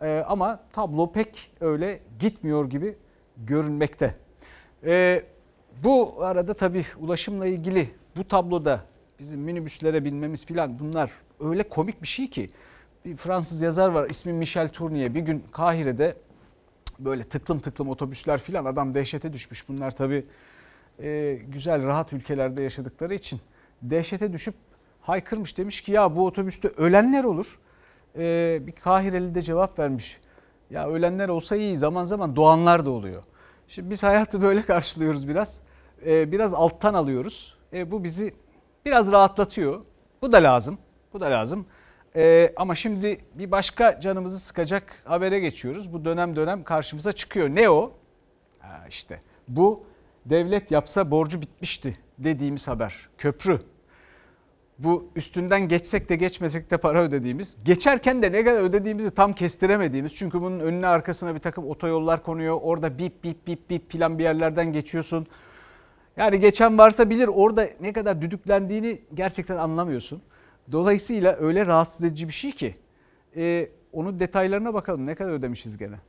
Ama tablo pek öyle gitmiyor gibi görünmekte. Bu arada tabii ulaşımla ilgili bu tabloda bizim minibüslere binmemiz falan, bunlar öyle komik bir şey ki. Bir Fransız yazar var, ismi Michel Tournier, bir gün Kahire'de böyle tıklım tıklım otobüsler falan, adam dehşete düşmüş. Bunlar tabii güzel rahat ülkelerde yaşadıkları için dehşete düşüp haykırmış, demiş ki ya bu otobüste ölenler olur. Bir Kahireli de cevap vermiş. Ya ölenler olsa iyi, zaman zaman doğanlar da oluyor. Şimdi biz hayatı böyle karşılıyoruz biraz. Biraz alttan alıyoruz. Bu bizi biraz rahatlatıyor. Bu da lazım. Bu da lazım. Ama şimdi bir başka canımızı sıkacak habere geçiyoruz. Bu dönem dönem karşımıza çıkıyor. Ne o? İşte bu devlet yapsa borcu bitmişti dediğimiz haber. Köprü. Bu üstünden geçsek de geçmesek de para ödediğimiz, geçerken de ne kadar ödediğimizi tam kestiremediğimiz, çünkü bunun önüne arkasına bir takım otoyollar konuyor. Orada bip bip bip bip filan bir yerlerden geçiyorsun. Yani geçen varsa bilir, orada ne kadar düdüklendiğini gerçekten anlamıyorsun. Dolayısıyla öyle rahatsız edici bir şey ki onun detaylarına bakalım, ne kadar ödemişiz gene.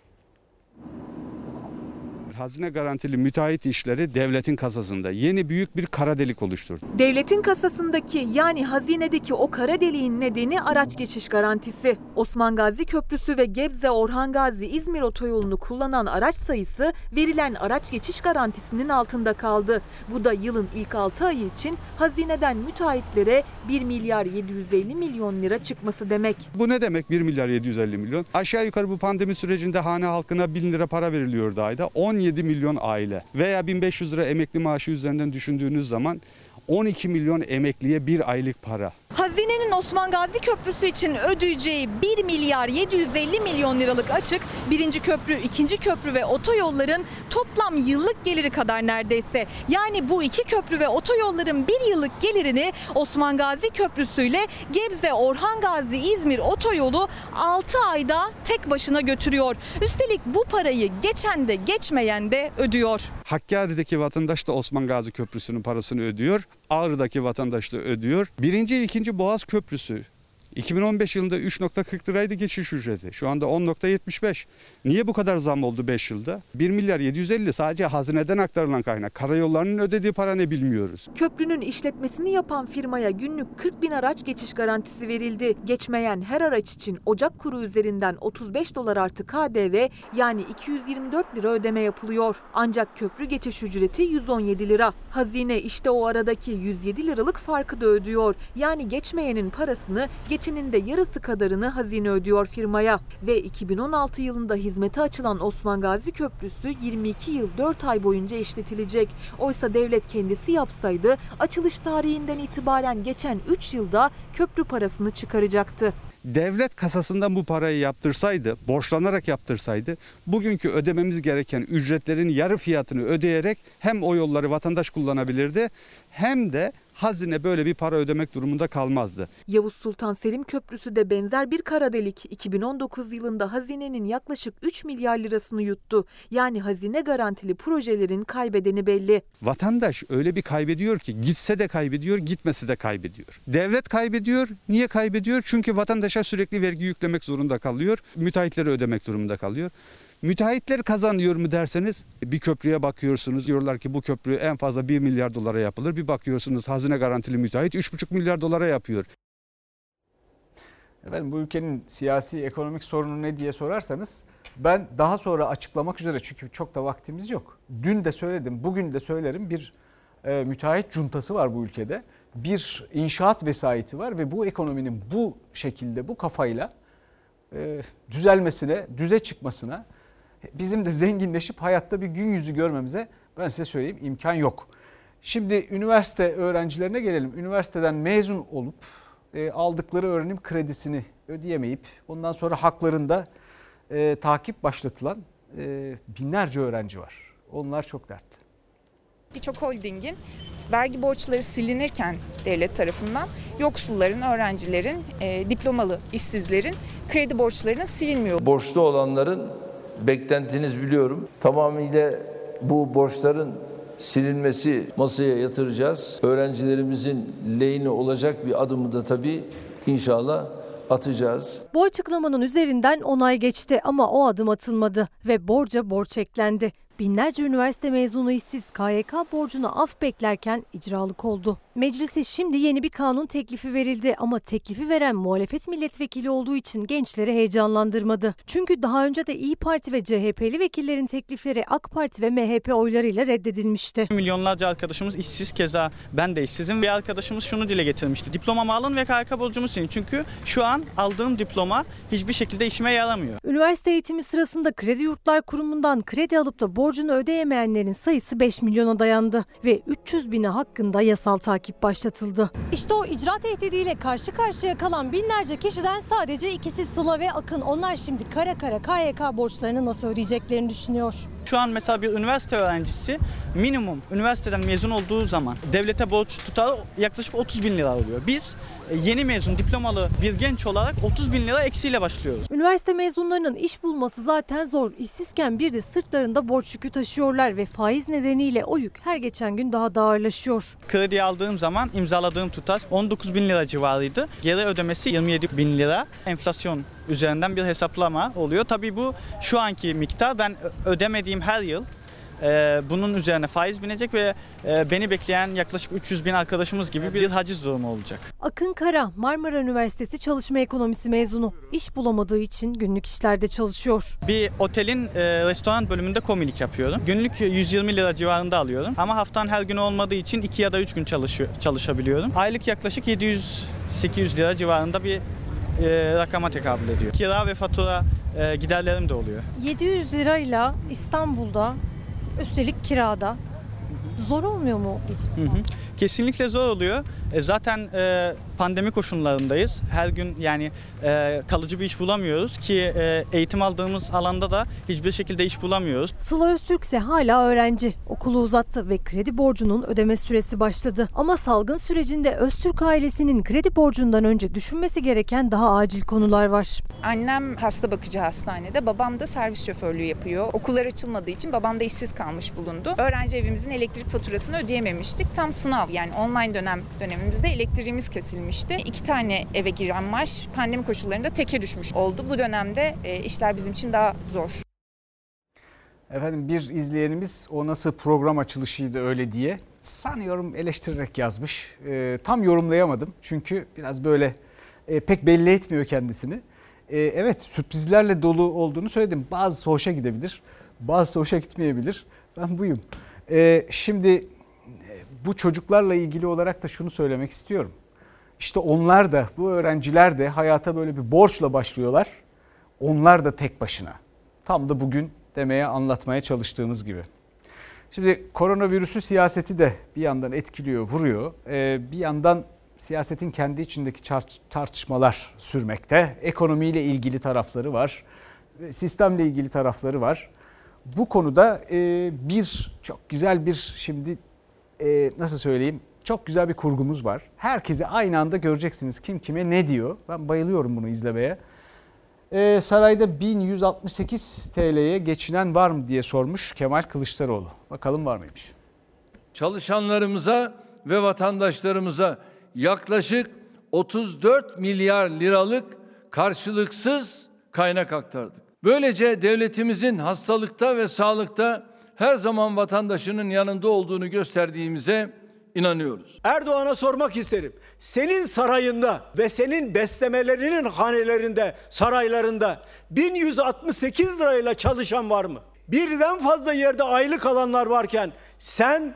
Hazine garantili müteahhit işleri devletin kasasında yeni büyük bir kara delik oluşturdu. Devletin kasasındaki, yani hazinedeki o kara deliğin nedeni araç geçiş garantisi. Osman Gazi Köprüsü ve Gebze Orhan Gazi İzmir otoyolunu kullanan araç sayısı verilen araç geçiş garantisinin altında kaldı. Bu da yılın ilk 6 ayı için hazineden müteahhitlere 1 milyar 750 milyon lira çıkması demek. Bu ne demek 1 milyar 750 milyon? Aşağı yukarı bu pandemi sürecinde hane halkına 1000 lira para veriliyordu ayda. 17 milyon aile veya 1500 lira emekli maaşı üzerinden düşündüğünüz zaman 12 milyon emekliye bir aylık para. Hazinenin Osman Gazi Köprüsü için ödeyeceği 1 milyar 750 milyon liralık açık, birinci köprü, ikinci köprü ve otoyolların toplam yıllık geliri kadar neredeyse. Yani bu iki köprü ve otoyolların bir yıllık gelirini Osman Gazi Köprüsü ile Gebze Orhan Gazi İzmir otoyolu 6 ayda tek başına götürüyor. Üstelik bu parayı geçen de geçmeyen de ödüyor. Hakkari'deki vatandaş da Osman Gazi Köprüsü'nün parasını ödüyor. Ağrı'daki vatandaş da ödüyor. Birinci, ikinci Boğaz Köprüsü 2015 yılında 3.40 liraydı geçiş ücreti. Şu anda 10.75. Niye bu kadar zam oldu 5 yılda? 1 milyar 750 sadece hazineden aktarılan kaynak. Karayollarının ödediği para ne bilmiyoruz. Köprünün işletmesini yapan firmaya günlük 40 bin araç geçiş garantisi verildi. Geçmeyen her araç için ocak kuru üzerinden 35 dolar artı KDV, yani 224 lira ödeme yapılıyor. Ancak köprü geçiş ücreti 117 lira. Hazine işte o aradaki 107 liralık farkı da ödüyor. Yani geçmeyenin parasını, geçenin de yarısı kadarını hazine ödüyor firmaya. Ve 2016 yılında hizmete açılan Osman Gazi Köprüsü 22 yıl 4 ay boyunca işletilecek. Oysa devlet kendisi yapsaydı açılış tarihinden itibaren geçen 3 yılda köprü parasını çıkaracaktı. Devlet kasasından bu parayı yaptırsaydı, borçlanarak yaptırsaydı, bugünkü ödememiz gereken ücretlerin yarı fiyatını ödeyerek hem o yolları vatandaş kullanabilirdi, hem de hazine böyle bir para ödemek durumunda kalmazdı. Yavuz Sultan Selim Köprüsü de benzer bir kara delik. 2019 yılında hazinenin yaklaşık 3 milyar lirasını yuttu. Yani hazine garantili projelerin kaybedeni belli. Vatandaş öyle bir kaybediyor ki gitse de kaybediyor, gitmese de kaybediyor. Devlet kaybediyor. Niye kaybediyor? Çünkü vatandaşa sürekli vergi yüklemek zorunda kalıyor. Müteahhitlere ödemek durumunda kalıyor. Müteahhitler kazanıyor mu derseniz, bir köprüye bakıyorsunuz, diyorlar ki bu köprü en fazla 1 milyar dolara yapılır. Bir bakıyorsunuz hazine garantili müteahhit 3,5 milyar dolara yapıyor. Efendim, bu ülkenin siyasi ekonomik sorunu ne diye sorarsanız ben daha sonra açıklamak üzere, çünkü çok da vaktimiz yok. Dün de söyledim, bugün de söylerim, bir müteahhit cuntası var bu ülkede. Bir inşaat vesayeti var ve bu ekonominin bu şekilde, bu kafayla düzelmesine, düze çıkmasına, bizim de zenginleşip hayatta bir gün yüzü görmemize, ben size söyleyeyim, imkan yok. Şimdi üniversite öğrencilerine gelelim. Üniversiteden mezun olup aldıkları öğrenim kredisini ödeyemeyip ondan sonra haklarında takip başlatılan binlerce öğrenci var. Onlar çok dertli. Birçok holdingin vergi borçları silinirken devlet tarafından yoksulların, öğrencilerin, diplomalı işsizlerin kredi borçlarının silinmiyor. Borçlu olanların beklentiniz biliyorum. Tamamıyla bu borçların silinmesi masaya yatıracağız. Öğrencilerimizin lehine olacak bir adımı da tabii inşallah atacağız. Bu açıklamanın üzerinden 10 ay geçti ama o adım atılmadı ve borca borç eklendi. Binlerce üniversite mezunu işsiz KYK borcuna af beklerken icralık oldu. Meclise şimdi yeni bir kanun teklifi verildi ama teklifi veren muhalefet milletvekili olduğu için gençleri heyecanlandırmadı. Çünkü daha önce de İYİ Parti ve CHP'li vekillerin teklifleri AK Parti ve MHP oylarıyla reddedilmişti. Milyonlarca arkadaşımız işsiz, keza ben de işsizim. Bir arkadaşımız şunu dile getirmişti: diplomamı alın ve KYK borcumu silin. Çünkü şu an aldığım diploma hiçbir şekilde işime yaramıyor. Üniversite eğitimi sırasında Kredi Yurtlar Kurumu'ndan kredi alıp da borcunu ödeyemeyenlerin sayısı 5 milyona dayandı ve 300 bini hakkında yasal takip başlatıldı. İşte o icra tehdidiyle karşı karşıya kalan binlerce kişiden sadece ikisi Sıla ve Akın. Onlar şimdi kara kara KYK borçlarını nasıl ödeyeceklerini düşünüyor. Şu an mesela bir üniversite öğrencisi minimum üniversiteden mezun olduğu zaman devlete borç tutarı yaklaşık 30 bin lira oluyor. Biz yeni mezun diplomalı bir genç olarak 30 bin lira eksiyle başlıyoruz. Üniversite mezunlarının iş bulması zaten zor. İşsizken bir de sırtlarında borç yükü taşıyorlar ve faiz nedeniyle o yük her geçen gün daha da ağırlaşıyor. Kredi aldığım zaman imzaladığım tutar 19 bin lira civarıydı. Geri ödemesi 27 bin lira. Enflasyon üzerinden bir hesaplama oluyor. Tabii bu şu anki miktar. Ben ödemediğim her yıl bunun üzerine faiz binecek ve beni bekleyen yaklaşık 300 bin arkadaşımız gibi bir haciz durumu olacak. Akın Kara, Marmara Üniversitesi Çalışma Ekonomisi mezunu. İş bulamadığı için günlük işlerde çalışıyor. Bir otelin restoran bölümünde komilik yapıyorum. Günlük 120 lira civarında alıyorum. Ama haftanın her günü olmadığı için 2 ya da 3 gün çalışabiliyorum. Aylık yaklaşık 700-800 lira civarında bir rakama tekabül ediyor. Kira ve fatura giderlerim de oluyor. 700 lirayla İstanbul'da, üstelik kirada, zor olmuyor mu? Kesinlikle zor oluyor. Zaten pandemi koşullarındayız. Her gün yani kalıcı bir iş bulamıyoruz ki eğitim aldığımız alanda da hiçbir şekilde iş bulamıyoruz. Sıla Öztürk ise hala öğrenci. Okulu uzattı ve kredi borcunun ödeme süresi başladı. Ama salgın sürecinde Öztürk ailesinin kredi borcundan önce düşünmesi gereken daha acil konular var. Annem hasta bakıcı hastanede, babam da servis şoförlüğü yapıyor. Okullar açılmadığı için babam da işsiz kalmış bulundu. Öğrenci evimizin elektrik faturasını ödeyememiştik. Tam sınav, yani online dönemimizde elektriğimiz kesilmişti. 2 tane eve giren maaş pandemi koşullarında teke düşmüş oldu. Bu dönemde işler bizim için daha zor. Efendim bir izleyenimiz o nasıl program açılışıydı öyle diye sanıyorum eleştirerek yazmış. Tam yorumlayamadım çünkü biraz böyle pek belli etmiyor kendisini. Evet, sürprizlerle dolu olduğunu söyledim. Bazısı hoşa gidebilir, bazısı hoşa gitmeyebilir. Ben buyum. Şimdi bu çocuklarla ilgili olarak da şunu söylemek istiyorum. İşte onlar da, bu öğrenciler de hayata böyle bir borçla başlıyorlar. Onlar da tek başına. Tam da bugün demeye, anlatmaya çalıştığımız gibi. Şimdi koronavirüsü siyaseti de bir yandan etkiliyor, vuruyor. Bir yandan siyasetin kendi içindeki tartışmalar sürmekte. Ekonomiyle ilgili tarafları var, sistemle ilgili tarafları var. Bu konuda çok güzel bir nasıl söyleyeyim, çok güzel bir kurgumuz var. Herkesi aynı anda göreceksiniz kim kime ne diyor. Ben bayılıyorum bunu izlemeye. Sarayda 1168 TL'ye geçinen var mı diye sormuş Kemal Kılıçdaroğlu. Bakalım var mıymış? Çalışanlarımıza ve vatandaşlarımıza yaklaşık 34 milyar liralık karşılıksız kaynak aktardık. Böylece devletimizin hastalıkta ve sağlıkta her zaman vatandaşının yanında olduğunu gösterdiğimize inanıyoruz. Erdoğan'a sormak isterim. Senin sarayında ve senin beslemelerinin hanelerinde, saraylarında 1168 lirayla çalışan var mı? Birden fazla yerde aylık alanlar varken sen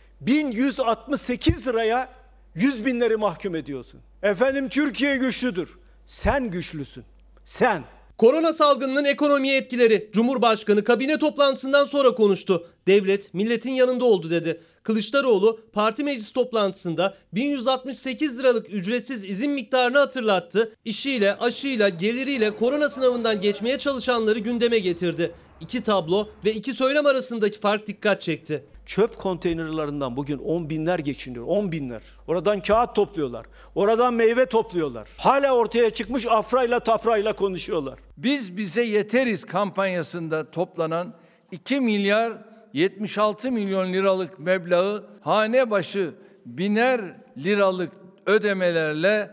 1168 liraya 100 binleri mahkum ediyorsun. Efendim, Türkiye güçlüdür. Sen güçlüsün. Sen. Korona salgınının ekonomiye etkileri. Cumhurbaşkanı kabine toplantısından sonra konuştu. Devlet milletin yanında oldu dedi. Kılıçdaroğlu parti meclis toplantısında 1168 liralık ücretsiz izin miktarını hatırlattı. İşiyle, aşıyla, geliriyle korona sınavından geçmeye çalışanları gündeme getirdi. İki tablo ve iki söylem arasındaki fark dikkat çekti. Çöp konteynerlarından bugün 10 binler geçiniyor. 10 binler. Oradan kağıt topluyorlar. Oradan meyve topluyorlar. Hala ortaya çıkmış afrayla tafrayla konuşuyorlar. Biz bize yeteriz kampanyasında toplanan 2 milyar 76 milyon liralık meblağı hane başı biner liralık ödemelerle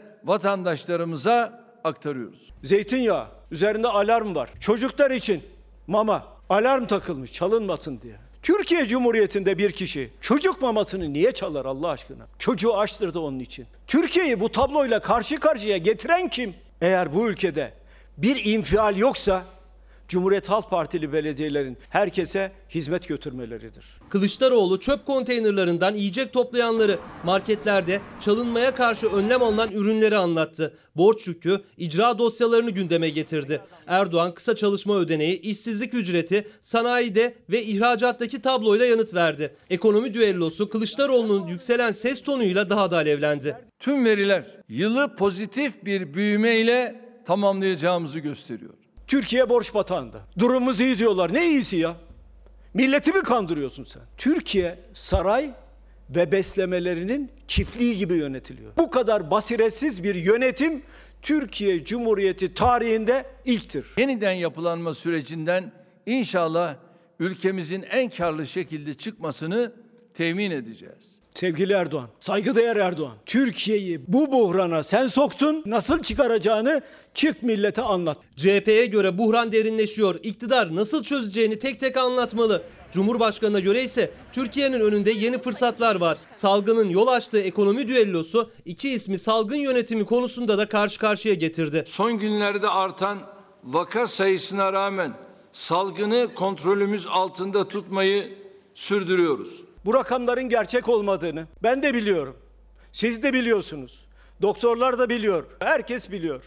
vatandaşlarımıza aktarıyoruz. Zeytinyağı üzerinde alarm var. Çocuklar için mama. Alarm takılmış çalınmasın diye. Türkiye Cumhuriyeti'nde bir kişi çocuk mamasını niye çalar Allah aşkına? Çocuğu açtırdı onun için. Türkiye'yi bu tabloyla karşı karşıya getiren kim? Eğer bu ülkede bir infial yoksa Cumhuriyet Halk Partili belediyelerin herkese hizmet götürmeleridir. Kılıçdaroğlu çöp konteynerlarından yiyecek toplayanları, marketlerde çalınmaya karşı önlem alınan ürünleri anlattı. Borç yükü, icra dosyalarını gündeme getirdi. Erdoğan kısa çalışma ödeneği, işsizlik ücreti, sanayide ve ihracattaki tabloyla yanıt verdi. Ekonomi düellosu Kılıçdaroğlu'nun yükselen ses tonuyla daha da alevlendi. Tüm veriler yılı pozitif bir büyümeyle tamamlayacağımızı gösteriyor. Türkiye borç batağında. Durumumuz iyi diyorlar. Ne iyisi ya? Milleti mi kandırıyorsun sen? Türkiye saray ve beslemelerinin çiftliği gibi yönetiliyor. Bu kadar basiretsiz bir yönetim Türkiye Cumhuriyeti tarihinde ilktir. Yeniden yapılanma sürecinden inşallah ülkemizin en karlı şekilde çıkmasını temin edeceğiz. Sevgili Erdoğan, saygıdeğer Erdoğan, Türkiye'yi bu buhrana sen soktun, nasıl çıkaracağını çık millete anlat. CHP'ye göre buhran derinleşiyor. İktidar nasıl çözeceğini tek tek anlatmalı. Cumhurbaşkanı'na göre ise Türkiye'nin önünde yeni fırsatlar var. Salgının yol açtığı ekonomi düellosu iki ismi salgın yönetimi konusunda da karşı karşıya getirdi. Son günlerde artan vaka sayısına rağmen salgını kontrolümüz altında tutmayı sürdürüyoruz. Bu rakamların gerçek olmadığını ben de biliyorum. Siz de biliyorsunuz. Doktorlar da biliyor. Herkes biliyor.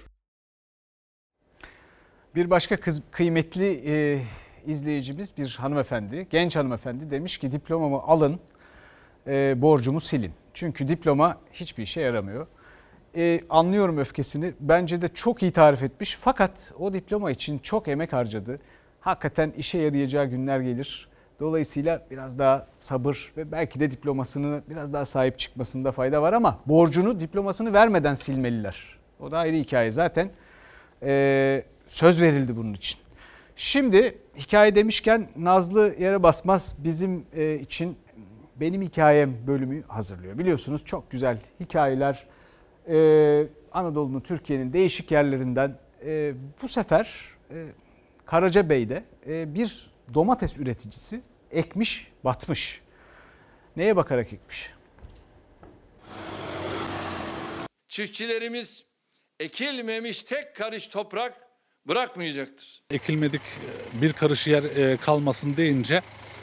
Bir başka kıymetli izleyicimiz bir hanımefendi, genç hanımefendi demiş ki diplomamı alın, borcumu silin. Çünkü diploma hiçbir işe yaramıyor. Anlıyorum öfkesini. Bence de çok iyi tarif etmiş. Fakat o diploma için çok emek harcadı. Hakikaten işe yarayacağı günler gelir. Dolayısıyla biraz daha sabır ve belki de diplomasını biraz daha sahip çıkmasında fayda var ama borcunu, diplomasını vermeden silmeliler. O da ayrı hikaye zaten. Söz verildi bunun için. Şimdi hikaye demişken Nazlı Yere Basmaz bizim için Benim Hikayem bölümü hazırlıyor. Biliyorsunuz çok güzel hikayeler Anadolu'nun, Türkiye'nin değişik yerlerinden. Bu sefer Karacabey'de bir domates üreticisi ekmiş, batmış. Neye bakarak ekmiş? Çiftçilerimiz ekilmemiş tek karış toprak bırakmayacaktır. Ekilmedik bir karış yer kalmasın deyince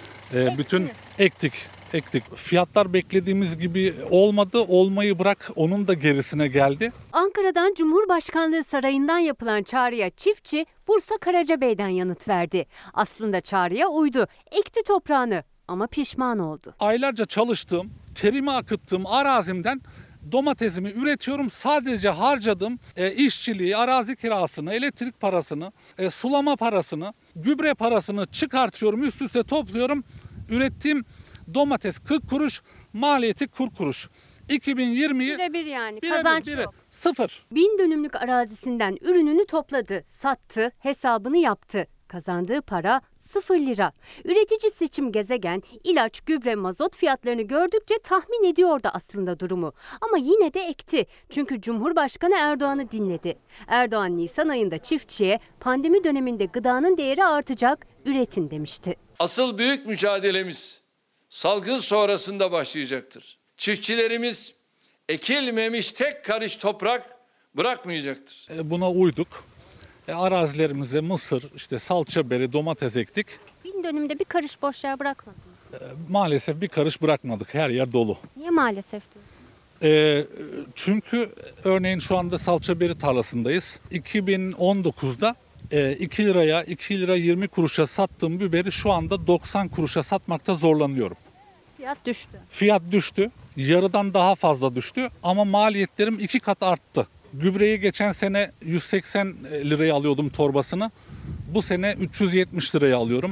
bütün ektik. Fiyatlar beklediğimiz gibi olmadı, olmayı bırak onun da gerisine geldi. Ankara'dan Cumhurbaşkanlığı Sarayı'ndan yapılan çağrıya çiftçi Bursa Karacabey'den yanıt verdi. Aslında çağrıya uydu, ekti toprağını ama pişman oldu. Aylarca çalıştığım, terimi akıttığım arazimden domatesimi üretiyorum. Sadece harcadığım işçiliği, arazi kirasını, elektrik parasını, sulama parasını, gübre parasını çıkartıyorum, üst üste topluyorum. Ürettiğim domates 40 kuruş, maliyeti 40 kuruş. 2020'yi birebir yani kazanç yok. Sıfır. 1000 dönümlük arazisinden ürününü topladı, sattı, hesabını yaptı. Kazandığı para 0 lira. Üretici Seçim Gezegen ilaç, gübre, mazot fiyatlarını gördükçe tahmin ediyordu aslında durumu. Ama yine de ekti. Çünkü Cumhurbaşkanı Erdoğan'ı dinledi. Erdoğan Nisan ayında çiftçiye pandemi döneminde gıdanın değeri artacak, üretin demişti. Asıl büyük mücadelemiz salgın sonrasında başlayacaktır. Çiftçilerimiz ekilmemiş tek karış toprak bırakmayacaktır. Buna uyduk. Arazilerimize mısır, işte salça biberi, domates ektik. 1000 dönümde bir karış boş yer bırakmadınız. Maalesef bir karış bırakmadık. Her yer dolu. Niye maalesef diyorsun? Çünkü örneğin şu anda salça biberi tarlasındayız. 2019'da 2 liraya, 2 lira 20 kuruşa sattığım biberi şu anda 90 kuruşa satmakta zorlanıyorum. Fiyat düştü. Fiyat düştü. Yarıdan daha fazla düştü ama maliyetlerim 2 kat arttı. Gübreyi geçen sene 180 liraya alıyordum torbasını. Bu sene 370 liraya alıyorum.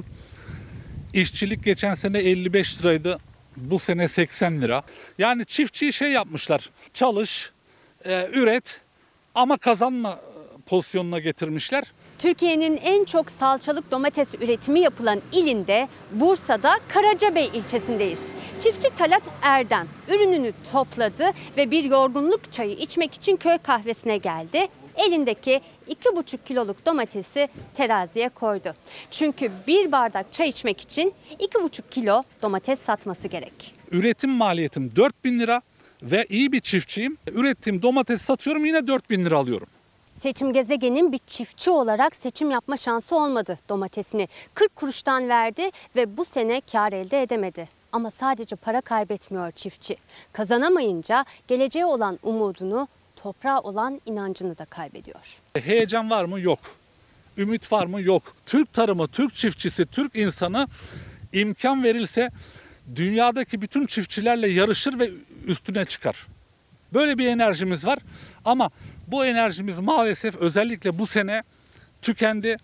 İşçilik geçen sene 55 liraydı. Bu sene 80 lira. Yani çiftçiyi yapmışlar. Çalış, üret ama kazanma pozisyonuna getirmişler. Türkiye'nin en çok salçalık domates üretimi yapılan ilinde Bursa'da Karacabey ilçesindeyiz. Çiftçi Talat Erdem ürününü topladı ve bir yorgunluk çayı içmek için köy kahvesine geldi. elindeki 2,5 kiloluk domatesi teraziye koydu. Çünkü bir bardak çay içmek için 2,5 kilo domates satması gerek. Üretim maliyetim 4.000 lira ve iyi bir çiftçiyim. Ürettiğim domates satıyorum, yine 4.000 lira alıyorum. Seçim Gezegen'in bir çiftçi olarak seçim yapma şansı olmadı domatesini. 40 kuruştan verdi ve bu sene kar elde edemedi. Ama sadece para kaybetmiyor çiftçi. Kazanamayınca geleceğe olan umudunu, toprağa olan inancını da kaybediyor. Heyecan var mı? Yok. Ümit var mı? Yok. Türk tarımı, Türk çiftçisi, Türk insanı imkan verilse dünyadaki bütün çiftçilerle yarışır ve üstüne çıkar. Böyle bir enerjimiz var ama bu enerjimiz maalesef özellikle bu sene tükendi.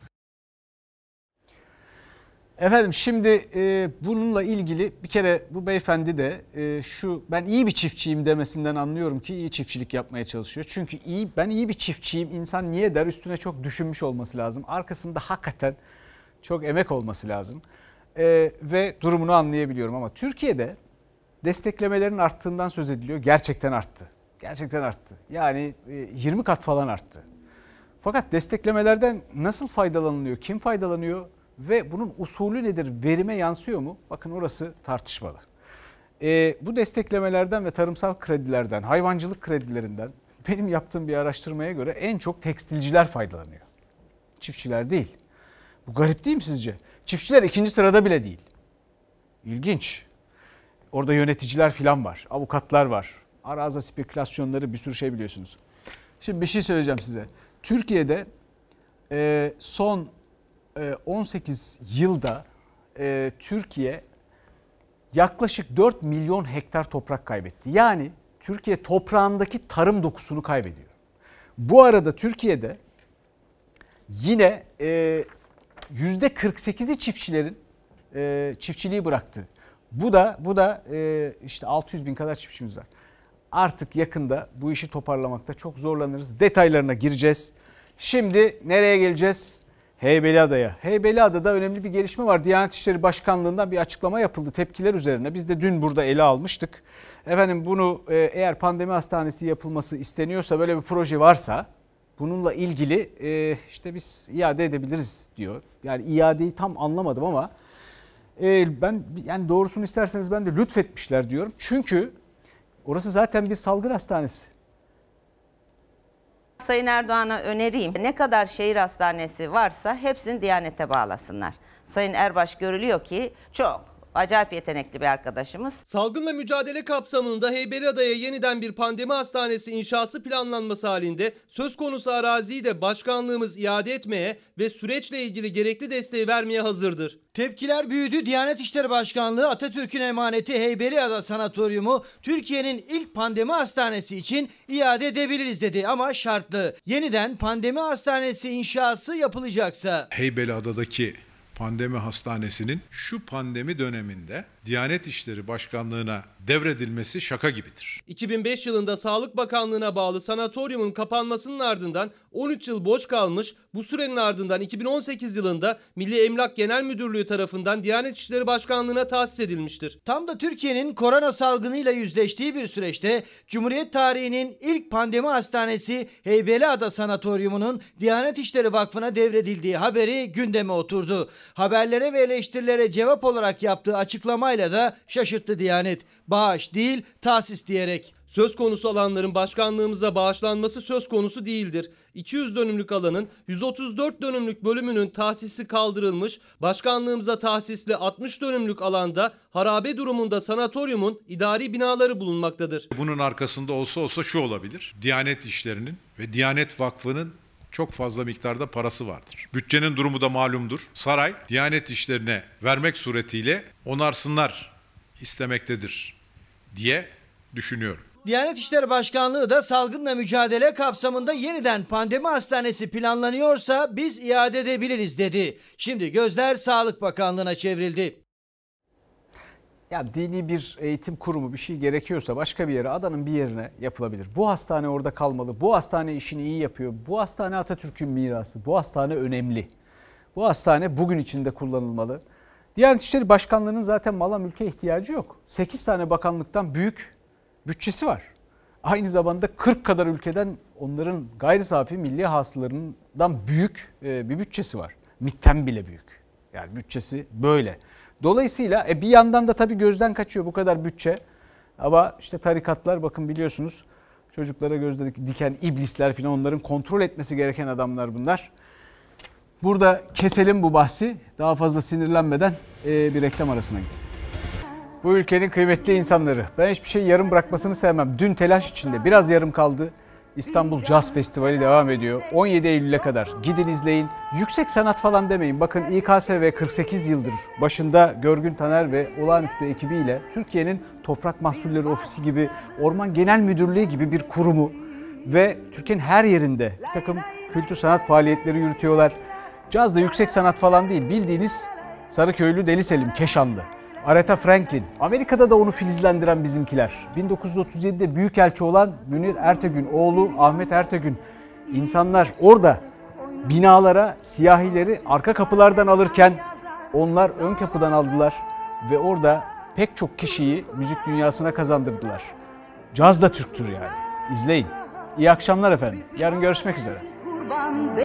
Efendim şimdi bununla ilgili bir kere bu beyefendi de ben iyi bir çiftçiyim demesinden anlıyorum ki iyi çiftçilik yapmaya çalışıyor. Çünkü ben iyi bir çiftçiyim, insan niye der, üstüne çok düşünmüş olması lazım. Arkasında hakikaten çok emek olması lazım ve durumunu anlayabiliyorum ama Türkiye'de desteklemelerin arttığından söz ediliyor. Gerçekten arttı. Gerçekten arttı. Yani 20 kat falan arttı. Fakat desteklemelerden nasıl faydalanılıyor, kim faydalanıyor ve bunun usulü nedir, verime yansıyor mu? Bakın orası tartışmalı. Bu desteklemelerden ve tarımsal kredilerden, hayvancılık kredilerinden benim yaptığım bir araştırmaya göre en çok tekstilciler faydalanıyor. Çiftçiler değil. Bu garip değil mi sizce? Çiftçiler 2. sırada bile değil. İlginç. Orada yöneticiler falan var, avukatlar var. Arazi spekülasyonları, bir sürü şey biliyorsunuz. Şimdi bir şey söyleyeceğim size. Türkiye'de son 18 yılda Türkiye yaklaşık 4 milyon hektar toprak kaybetti. Yani Türkiye toprağındaki tarım dokusunu kaybediyor. Bu arada Türkiye'de yine %48'i çiftçilerin çiftçiliği bıraktı. Bu da işte 600 bin kadar çiftçimiz var. Artık yakında bu işi toparlamakta çok zorlanırız. Detaylarına gireceğiz. Şimdi nereye geleceğiz? Heybeliada'ya. Heybeliada'da önemli bir gelişme var. Diyanet İşleri Başkanlığı'ndan bir açıklama yapıldı tepkiler üzerine. Biz de dün burada ele almıştık. Efendim bunu eğer pandemi hastanesi yapılması isteniyorsa, böyle bir proje varsa bununla ilgili işte biz iade edebiliriz diyor. Yani iadeyi tam anlamadım ama ben yani doğrusunu isterseniz ben de lütfetmişler diyorum. Çünkü orası zaten bir salgın hastanesi. Sayın Erdoğan'a öneriyim. Ne kadar şehir hastanesi varsa hepsini Diyanet'e bağlasınlar. Sayın Erbaş görülüyor ki çok acayip yetenekli bir arkadaşımız. Salgınla mücadele kapsamında Heybeliada'ya yeniden bir pandemi hastanesi inşası planlanması halinde söz konusu araziyi de başkanlığımız iade etmeye ve süreçle ilgili gerekli desteği vermeye hazırdır. Tepkiler büyüdü. Diyanet İşleri Başkanlığı Atatürk'ün emaneti Heybeliada Sanatoryumu Türkiye'nin ilk pandemi hastanesi için iade edebiliriz dedi ama şartlı. Yeniden pandemi hastanesi inşası yapılacaksa. Heybeliada'daki pandemi hastanesinin şu pandemi döneminde Diyanet İşleri Başkanlığı'na devredilmesi şaka gibidir. 2005 yılında Sağlık Bakanlığı'na bağlı sanatoryumun kapanmasının ardından 13 yıl boş kalmış, bu sürenin ardından 2018 yılında Milli Emlak Genel Müdürlüğü tarafından Diyanet İşleri Başkanlığı'na tahsis edilmiştir. Tam da Türkiye'nin korona salgınıyla yüzleştiği bir süreçte Cumhuriyet tarihinin ilk pandemi hastanesi Heybeliada Sanatoryumu'nun Diyanet İşleri Vakfı'na devredildiği haberi gündeme oturdu. Haberlere ve eleştirilere cevap olarak yaptığı açıklamayla da şaşırttı Diyanet. Bağış değil, tahsis diyerek. Söz konusu alanların başkanlığımıza bağışlanması söz konusu değildir. 200 dönümlük alanın 134 dönümlük bölümünün tahsisi kaldırılmış, başkanlığımıza tahsisli 60 dönümlük alanda harabe durumunda sanatoryumun idari binaları bulunmaktadır. Bunun arkasında olsa şu olabilir. Diyanet İşleri'nin ve Diyanet Vakfı'nın çok fazla miktarda parası vardır. Bütçenin durumu da malumdur. Saray, Diyanet İşleri'ne vermek suretiyle onarsınlar istemektedir diye düşünüyorum. Diyanet İşleri Başkanlığı da salgınla mücadele kapsamında yeniden pandemi hastanesi planlanıyorsa biz iade edebiliriz dedi. Şimdi gözler Sağlık Bakanlığı'na çevrildi. Ya dini bir eğitim kurumu bir şey gerekiyorsa başka bir yere, adanın bir yerine yapılabilir. Bu hastane orada kalmalı. Bu hastane işini iyi yapıyor. Bu hastane Atatürk'ün mirası. Bu hastane önemli. Bu hastane bugün içinde kullanılmalı. Diyanet İşleri Başkanlığı'nın zaten mala mülke ihtiyacı yok. 8 tane bakanlıktan büyük bütçesi var. Aynı zamanda 40 kadar ülkeden onların gayri safi milli hasılarından büyük bir bütçesi var. MİT'ten bile büyük. Yani bütçesi böyle. Dolayısıyla bir yandan da tabii gözden kaçıyor bu kadar bütçe. Ama işte tarikatlar, bakın biliyorsunuz, çocuklara gözleri diken iblisler falan, onların kontrol etmesi gereken adamlar bunlar. Burada keselim bu bahsi. Daha fazla sinirlenmeden bir reklam arasına gidelim. Bu ülkenin kıymetli insanları. Ben hiçbir şey yarım bırakmasını sevmem. Dün telaş içinde biraz yarım kaldı. İstanbul Jazz Festivali devam ediyor. 17 Eylül'e kadar. Gidin izleyin. Yüksek sanat falan demeyin. Bakın İKSV 48 yıldır başında Görgün Taner ve olağanüstü ekibiyle Türkiye'nin Toprak Mahsulleri Ofisi gibi, Orman Genel Müdürlüğü gibi bir kurumu ve Türkiye'nin her yerinde bir takım kültür sanat faaliyetleri yürütüyorlar. Caz da yüksek sanat falan değil. Bildiğiniz Sarıköylü Deli Selim, Keşanlı. Aretha Franklin, Amerika'da da onu filizlendiren bizimkiler. 1937'de büyükelçi olan Münir Ertegün, oğlu Ahmet Ertegün. İnsanlar orada binalara siyahileri arka kapılardan alırken onlar ön kapıdan aldılar ve orada pek çok kişiyi müzik dünyasına kazandırdılar. Caz da Türktür yani. İzleyin. İyi akşamlar efendim. Yarın görüşmek üzere.